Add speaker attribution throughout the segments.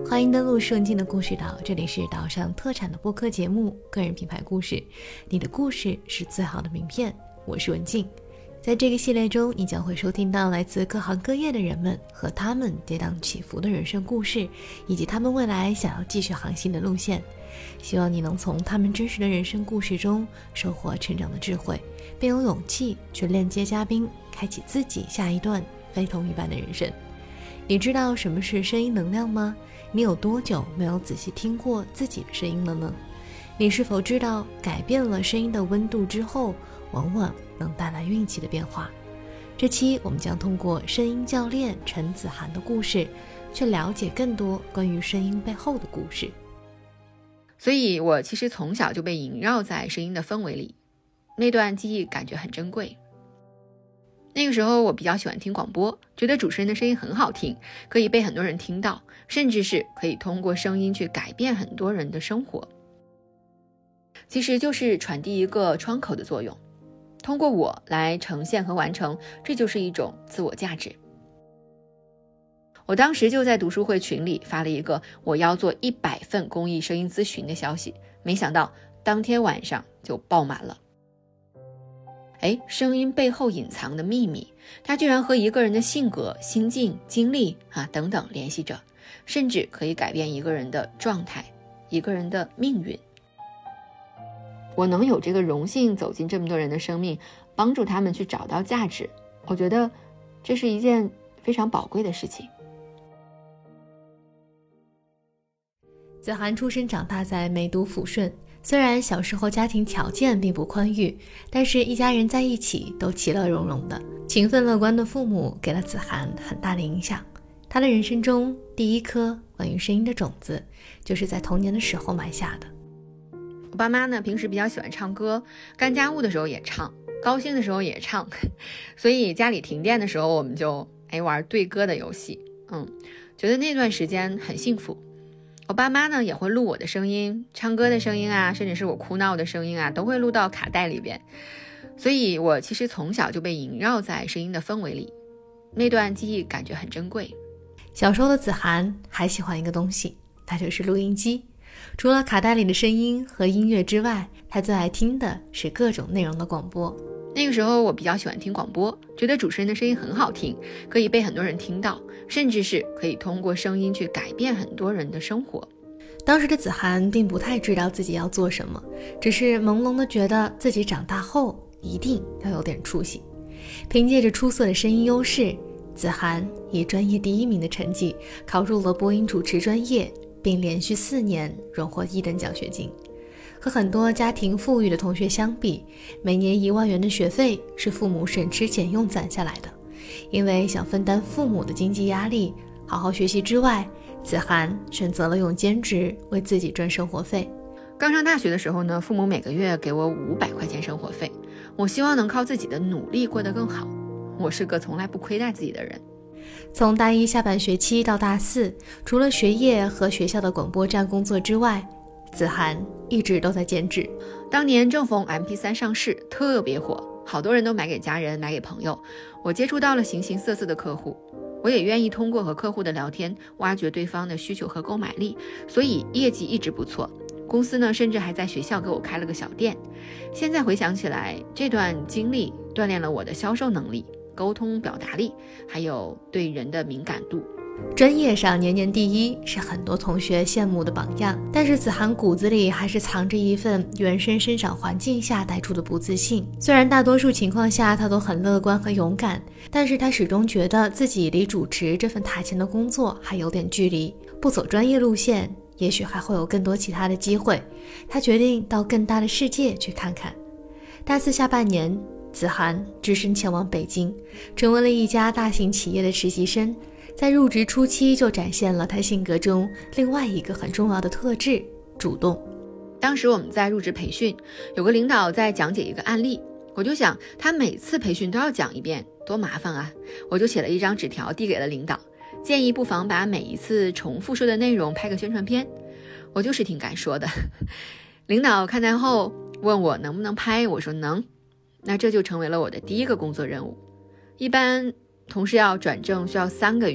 Speaker 1: 欢迎登录顺境的故事岛，这里是岛上特产的播客节目个人品牌故事，你的故事是最好的名片。我是文静，在这个系列中，你将会收听到来自各行各业的人们和他们跌宕起伏的人生故事，以及他们未来想要继续航行的路线。希望你能从他们真实的人生故事中收获成长的智慧，并有勇气去链接嘉宾，开启自己下一段非同一般的人生。你知道什么是声音能量吗？你有多久没有仔细听过自己的声音了呢？你是否知道改变了声音的温度之后，往往能带来运气的变化？这期我们将通过声音教练陈子涵的故事，去了解更多关于声音背后的故事。
Speaker 2: 所以我其实从小就被萦绕在声音的氛围里，那段记忆感觉很珍贵。那个时候我比较喜欢听广播，觉得主持人的声音很好听，可以被很多人听到，甚至是可以通过声音去改变很多人的生活。其实就是传递一个窗口的作用，通过我来呈现和完成，这就是一种自我价值。我当时就在读书会群里发了一个我要做100份公益声音咨询的消息，没想到当天晚上就爆满了。声音背后隐藏的秘密，它居然和一个人的性格、心境、经历等等联系着，甚至可以改变一个人的状态，一个人的命运。我能有这个荣幸走进这么多人的生命，帮助他们去找到价值，我觉得这是一件非常宝贵的事情。
Speaker 1: 子涵出生长大在梅都抚顺，虽然小时候家庭条件并不宽裕，但是一家人在一起都其乐融融的。勤奋乐观的父母给了子涵很大的影响，他的人生中第一颗关于声音的种子，就是在童年的时候埋下的。
Speaker 2: 我爸妈呢，平时比较喜欢唱歌，干家务的时候也唱，高兴的时候也唱，所以家里停电的时候，我们就玩对歌的游戏，觉得那段时间很幸福。我爸妈呢也会录我的声音，唱歌的声音甚至是我哭闹的声音都会录到卡带里边。所以我其实从小就被萦绕在声音的氛围里，那段记忆感觉很珍贵。
Speaker 1: 小时候的子涵还喜欢一个东西，那就是录音机。除了卡带里的声音和音乐之外，他最爱听的是各种内容的广播。
Speaker 2: 那个时候我比较喜欢听广播，觉得主持人的声音很好听，可以被很多人听到，甚至是可以通过声音去改变很多人的生活。
Speaker 1: 当时的子涵并不太知道自己要做什么，只是朦胧地觉得自己长大后一定要有点出息。凭借着出色的声音优势，子涵以专业第1名的成绩考入了播音主持专业，并连续4年荣获1等奖学金。和很多家庭富裕的同学相比，每年1万元的学费是父母省吃俭用攒下来的。因为想分担父母的经济压力，好好学习之外，子涵选择了用兼职为自己赚生活费。
Speaker 2: 刚上大学的时候呢，父母每个月给我500块钱生活费，我希望能靠自己的努力过得更好。我是个从来不亏待自己的人。
Speaker 1: 从大1下半学期到大4，除了学业和学校的广播站工作之外，子涵一直都在兼职。
Speaker 2: 当年正逢 MP3 上市，特别火，好多人都买给家人，买给朋友。我接触到了形形色色的客户，我也愿意通过和客户的聊天，挖掘对方的需求和购买力，所以业绩一直不错。公司呢，甚至还在学校给我开了个小店。现在回想起来，这段经历锻炼了我的销售能力、沟通表达力，还有对人的敏感度。
Speaker 1: 专业上年年第1是很多同学羡慕的榜样，但是子涵骨子里还是藏着一份原生生长环境下带出的不自信。虽然大多数情况下他都很乐观和勇敢，但是他始终觉得自己离主持这份台前的工作还有点距离，不走专业路线，也许还会有更多其他的机会。他决定到更大的世界去看看。大4下半年，子涵只身前往北京，成为了一家大型企业的实习生。在入职初期就展现了他性格中另外一个很重要的特质——主动。
Speaker 2: 当时我们在入职培训，有个领导在讲解一个案例，我就想他每次培训都要讲一遍，多麻烦啊！我就写了一张纸条递给了领导，建议不妨把每一次重复说的内容拍个宣传片。我就是挺敢说的。领导看待后问我能不能拍，我说能。那这就成为了我的第1个工作任务。一般同事要转正需要3个月，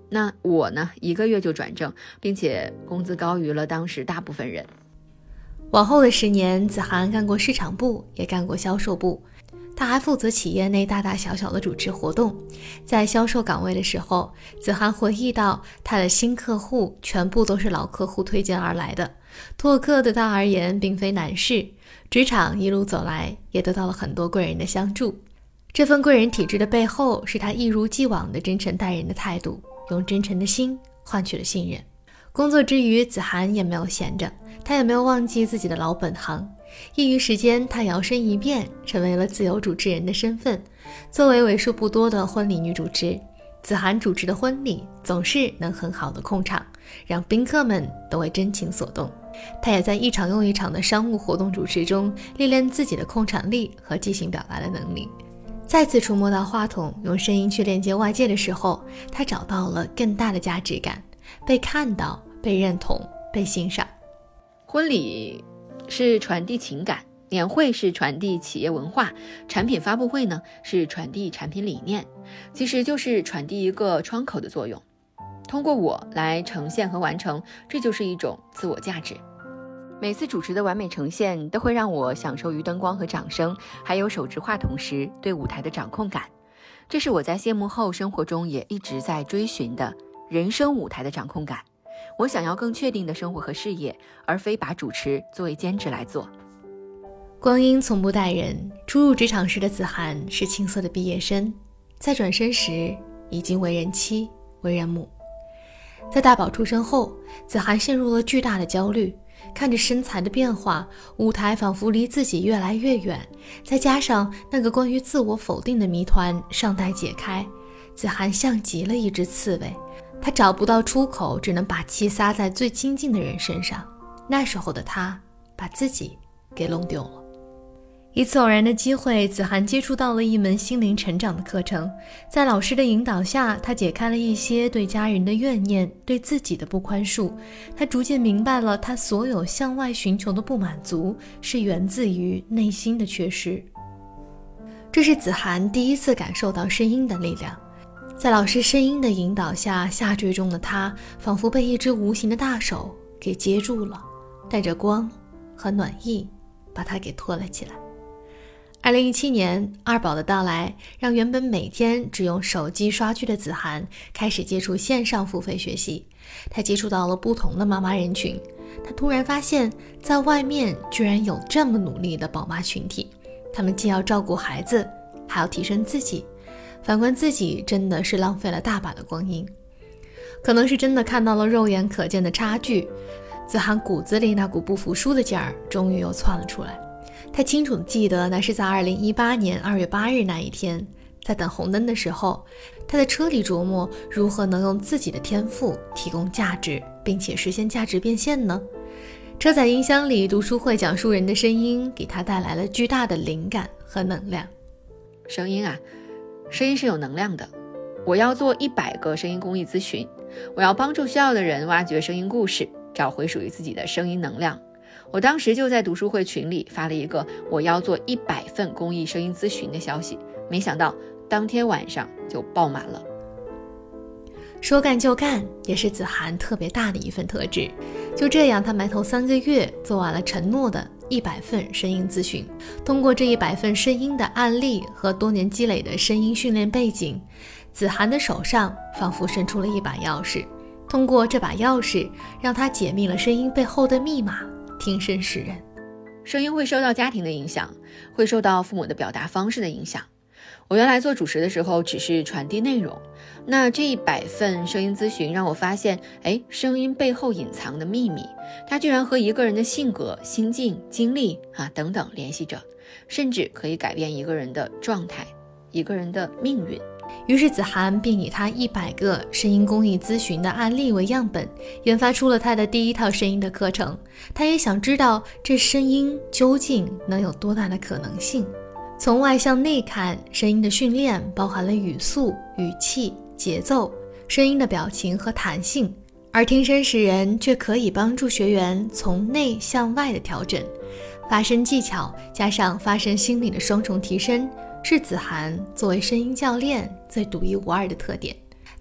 Speaker 2: 那我呢，1个月就转正，并且工资高于了当时大部分人。
Speaker 1: 往后的10年，子涵干过市场部，也干过销售部。他还负责企业内大大小小的主持活动。在销售岗位的时候，子涵回忆到，他的新客户全部都是老客户推荐而来的。拓客对他而言并非难事，职场一路走来，也得到了很多贵人的相助。这份贵人体制的背后，是他一如既往的真诚待人的态度，用真诚的心换取了信任。工作之余，子涵也没有闲着，他也没有忘记自己的老本行。业余时间，他摇身一变，成为了自由主持人的身份。作为为数不多的婚礼女主持，子涵主持的婚礼总是能很好的控场，让宾客们都为真情所动。他也在一场又一场的商务活动主持中历练自己的控场力和即兴表达的能力。再次触摸到话筒，用声音去链接外界的时候，他找到了更大的价值感，被看到，被认同，被欣赏。
Speaker 2: 婚礼是传递情感，年会是传递企业文化，产品发布会呢是传递产品理念，其实就是传递一个窗口的作用。通过我来呈现和完成，这就是一种自我价值。每次主持的完美呈现都会让我享受于灯光和掌声，还有手持话筒时对舞台的掌控感。这是我在谢幕后生活中也一直在追寻的人生舞台的掌控感。我想要更确定的生活和事业，而非把主持作为兼职来做。
Speaker 1: 光阴从不待人，初入职场时的子涵是青涩的毕业生，在转身时已经为人妻为人母。在大宝出生后，子涵陷入了巨大的焦虑，看着身材的变化，舞台仿佛离自己越来越远，再加上那个关于自我否定的谜团尚待解开，子涵像极了一只刺猬，他找不到出口，只能把气撒在最亲近的人身上。那时候的他把自己给弄丢了。一次偶然的机会，子涵接触到了一门心灵成长的课程，在老师的引导下，他解开了一些对家人的怨念，对自己的不宽恕。他逐渐明白了，他所有向外寻求的不满足是源自于内心的缺失。这是子涵第一次感受到声音的力量。在老师声音的引导下，下坠中的他仿佛被一只无形的大手给接住了，带着光和暖意把他给托了起来。2017年，二宝的到来让原本每天只用手机刷剧的子涵开始接触线上付费学习。他接触到了不同的妈妈人群，他突然发现在外面居然有这么努力的宝妈群体，他们既要照顾孩子，还要提升自己，反观自己真的是浪费了大把的光阴。可能是真的看到了肉眼可见的差距，子涵骨子里那股不服输的劲儿终于又窜了出来。他清楚地记得，那是在2018年2月8日那一天，在等红灯的时候，他在车里琢磨如何能用自己的天赋提供价值，并且实现价值变现呢？车载音箱里读书会讲述人的声音给他带来了巨大的灵感和能量。
Speaker 2: 声音啊，声音是有能量的。我要做100个声音公益咨询，我要帮助需要的人挖掘声音故事，找回属于自己的声音能量。我当时就在读书会群里发了一个我要做100份公益声音咨询的消息，没想到当天晚上就爆满了。
Speaker 1: 说干就干也是子涵特别大的一份特质。就这样，他埋头3个月做完了承诺的100份声音咨询。通过这100份声音的案例和多年积累的声音训练背景，子涵的手上仿佛伸出了一把钥匙，通过这把钥匙让他解密了声音背后的密码，听声识人。
Speaker 2: 声音会受到家庭的影响，会受到父母的表达方式的影响。我原来做主持的时候只是传递内容，那这100份声音咨询让我发现，声音背后隐藏的秘密，它居然和一个人的性格、心境、经历等等联系着，甚至可以改变一个人的状态，一个人的命运。
Speaker 1: 于是子涵便以他100个声音公益咨询的案例为样本，研发出了他的第一套声音的课程。他也想知道这声音究竟能有多大的可能性。从外向内看，声音的训练包含了语速、语气、节奏、声音的表情和弹性，而听声识人却可以帮助学员从内向外的调整。发声技巧加上发声心理的双重提升，是子涵作为声音教练最独一无二的特点。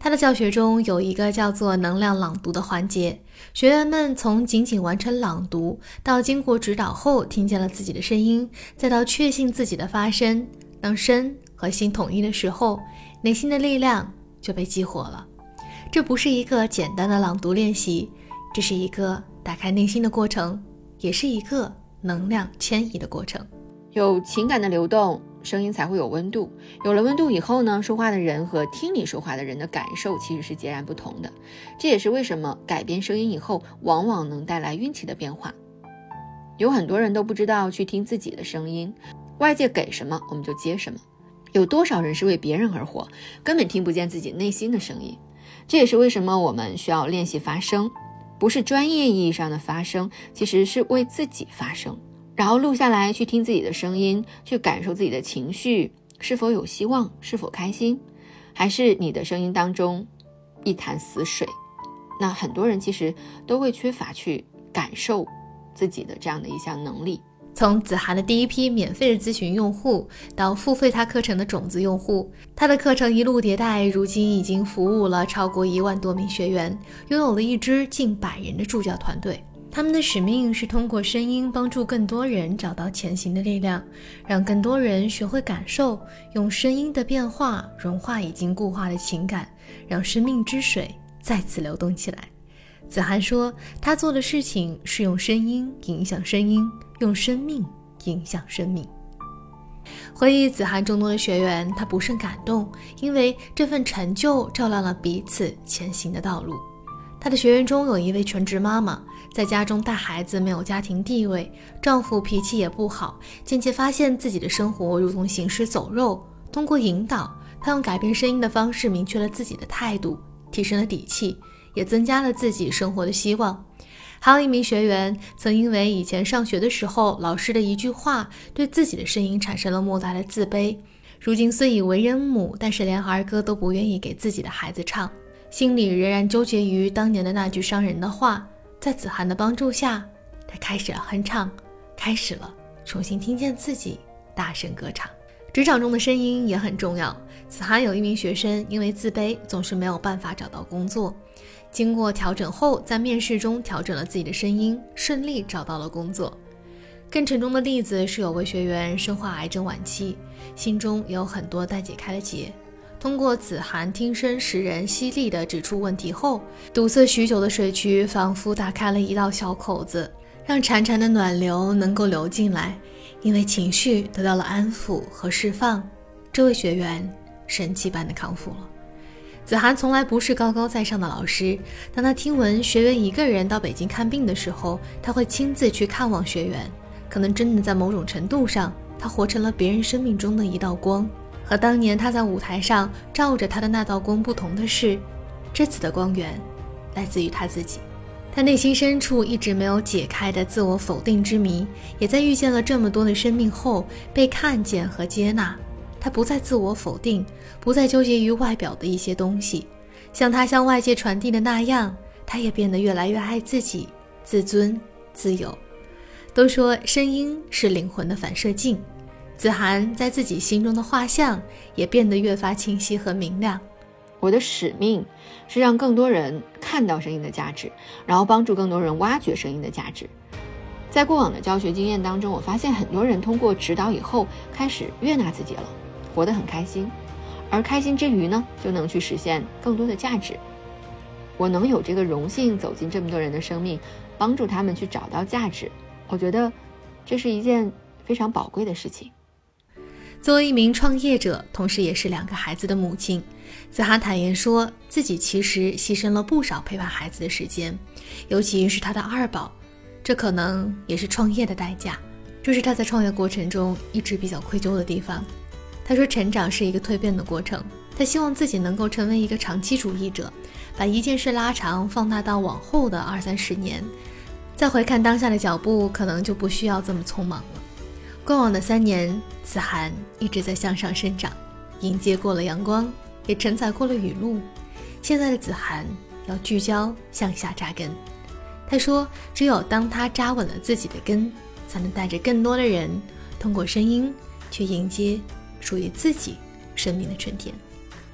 Speaker 1: 他的教学中有一个叫做能量朗读的环节，学员们从仅仅完成朗读，到经过指导后听见了自己的声音，再到确信自己的发声。当身和心统一的时候，内心的力量就被激活了。这不是一个简单的朗读练习，这是一个打开内心的过程，也是一个能量迁移的过程。
Speaker 2: 有情感的流动，声音才会有温度。有了温度以后呢，说话的人和听你说话的人的感受其实是截然不同的。这也是为什么改变声音以后，往往能带来运气的变化。有很多人都不知道去听自己的声音，外界给什么我们就接什么。有多少人是为别人而活，根本听不见自己内心的声音。这也是为什么我们需要练习发声，不是专业意义上的发声，其实是为自己发声。然后录下来，去听自己的声音，去感受自己的情绪，是否有希望，是否开心，还是你的声音当中一潭死水。那很多人其实都会缺乏去感受自己的这样的一项能力。
Speaker 1: 从子涵的第一批免费的咨询用户到付费他课程的种子用户，他的课程一路迭代，如今已经服务了超过1万多名学员，拥有了一支近100人的助教团队。他们的使命是通过声音帮助更多人找到前行的力量，让更多人学会感受，用声音的变化融化已经固化的情感，让生命之水再次流动起来。子涵说，他做的事情是用声音影响声音，用生命影响生命。回忆子涵众多的学员，他不胜感动，因为这份成就照亮了彼此前行的道路。他的学员中有一位全职妈妈，在家中带孩子，没有家庭地位，丈夫脾气也不好，渐渐发现自己的生活如同行尸走肉。通过引导，她用改变声音的方式明确了自己的态度，提升了底气，也增加了自己生活的希望。还有一名学员曾因为以前上学的时候老师的一句话，对自己的声音产生了莫大的自卑，如今虽已为人母，但是连儿歌都不愿意给自己的孩子唱，心里仍然纠结于当年的那句伤人的话。在子涵的帮助下，他开始了哼唱，开始了重新听见自己大声歌唱。职场中的声音也很重要。子涵有一名学生因为自卑，总是没有办法找到工作，经过调整后，在面试中调整了自己的声音，顺利找到了工作。更沉重的例子是有位学员身患癌症晚期，心中也有很多待解开的结。通过子涵听声识人，犀利地指出问题后，堵塞许久的水渠仿佛打开了一道小口子，让潺潺的暖流能够流进来，因为情绪得到了安抚和释放，这位学员神奇般的康复了。子涵从来不是高高在上的老师，当他听闻学员一个人到北京看病的时候，他会亲自去看望学员。可能真的在某种程度上，他活成了别人生命中的一道光。和当年他在舞台上照着他的那道光不同的是，这次的光源来自于他自己。他内心深处一直没有解开的自我否定之谜，也在遇见了这么多的生命后被看见和接纳。他不再自我否定，不再纠结于外表的一些东西，像他向外界传递的那样，他也变得越来越爱自己，自尊自由。都说声音是灵魂的反射镜，子涵在自己心中的画像也变得越发清晰和明亮。
Speaker 2: 我的使命是让更多人看到声音的价值，然后帮助更多人挖掘声音的价值。在过往的教学经验当中，我发现很多人通过指导以后开始悦纳自己了，活得很开心，而开心之余呢，就能去实现更多的价值。我能有这个荣幸走进这么多人的生命，帮助他们去找到价值，我觉得这是一件非常宝贵的事情。
Speaker 1: 作为一名创业者，同时也是2个孩子的母亲，子涵坦言说自己其实牺牲了不少陪伴孩子的时间，尤其是他的2宝，这可能也是创业的代价，这是他在创业过程中一直比较愧疚的地方。他说成长是一个蜕变的过程，他希望自己能够成为一个长期主义者，把一件事拉长放大到往后的20-30年，再回看当下的脚步，可能就不需要这么匆忙了。过往的3年，子涵一直在向上生长，迎接过了阳光，也承载过了雨露。现在的子涵要聚焦向下扎根。他说只有当他扎稳了自己的根，才能带着更多的人通过声音去迎接属于自己生命的春天。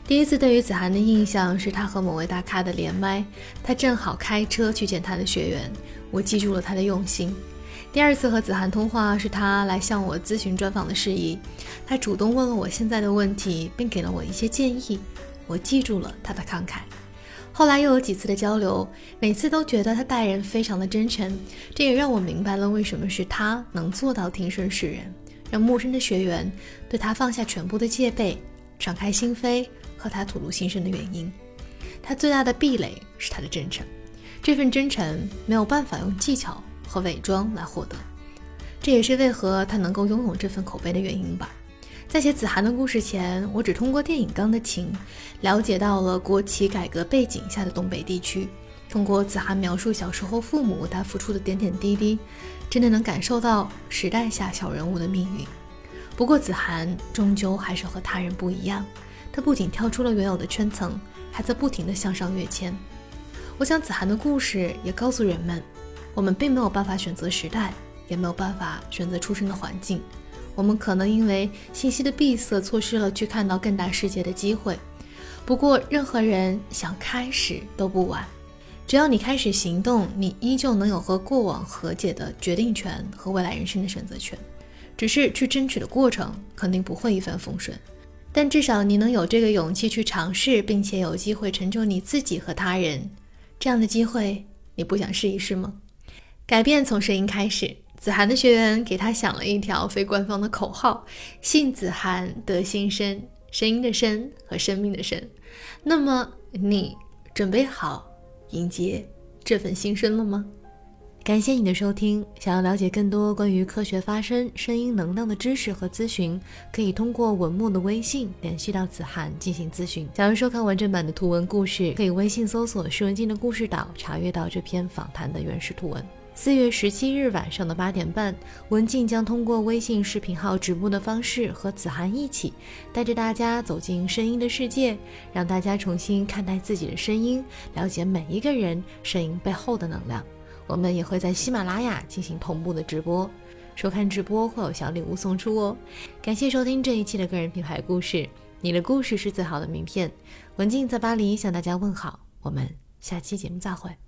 Speaker 1: 第一次对于子涵的印象是他和某位大咖的连麦，他正好开车去见他的学员，我记住了他的用心。第二次和子涵通话是他来向我咨询专访的事宜，他主动问了我现在的问题，并给了我一些建议，我记住了他的慷慨。后来又有几次的交流，每次都觉得他待人非常的真诚，这也让我明白了为什么是他能做到挺身示人，让陌生的学员对他放下全部的戒备，敞开心扉和他吐露心声的原因。他最大的壁垒是他的真诚，这份真诚没有办法用技巧和伪装来获得，这也是为何他能够拥有这份口碑的原因吧。在写子涵的故事前，我只通过电影《钢的琴》了解到了国企改革背景下的东北地区，通过子涵描述小时候父母为他付出的点点滴滴，真的能感受到时代下小人物的命运。不过子涵终究还是和他人不一样，他不仅跳出了原有的圈层，还在不停地向上跃迁。我想子涵的故事也告诉人们，我们并没有办法选择时代，也没有办法选择出生的环境，我们可能因为信息的闭塞错失了去看到更大世界的机会。不过任何人想开始都不晚，只要你开始行动，你依旧能有和过往和解的决定权和未来人生的选择权。只是去争取的过程肯定不会一帆风顺，但至少你能有这个勇气去尝试，并且有机会成就你自己和他人。这样的机会你不想试一试吗？改变从声音开始，子涵的学员给他想了一条非官方的口号：信子涵得新生，声音的声和生命的生。那么你准备好迎接这份新生了吗？感谢你的收听，想要了解更多关于科学发声、声音能量的知识和咨询，可以通过文末的微信联系到子涵进行咨询。想要收看完整版的图文故事，可以微信搜索施文静的故事岛，查阅到这篇访谈的原始图文。4月17日晚上的8点半，文静将通过微信视频号直播的方式和子涵一起，带着大家走进声音的世界，让大家重新看待自己的声音，了解每一个人声音背后的能量。我们也会在喜马拉雅进行同步的直播，收看直播会有小礼物送出哦。感谢收听这一期的个人品牌故事，你的故事是最好的名片。文静在巴黎向大家问好，我们下期节目再会。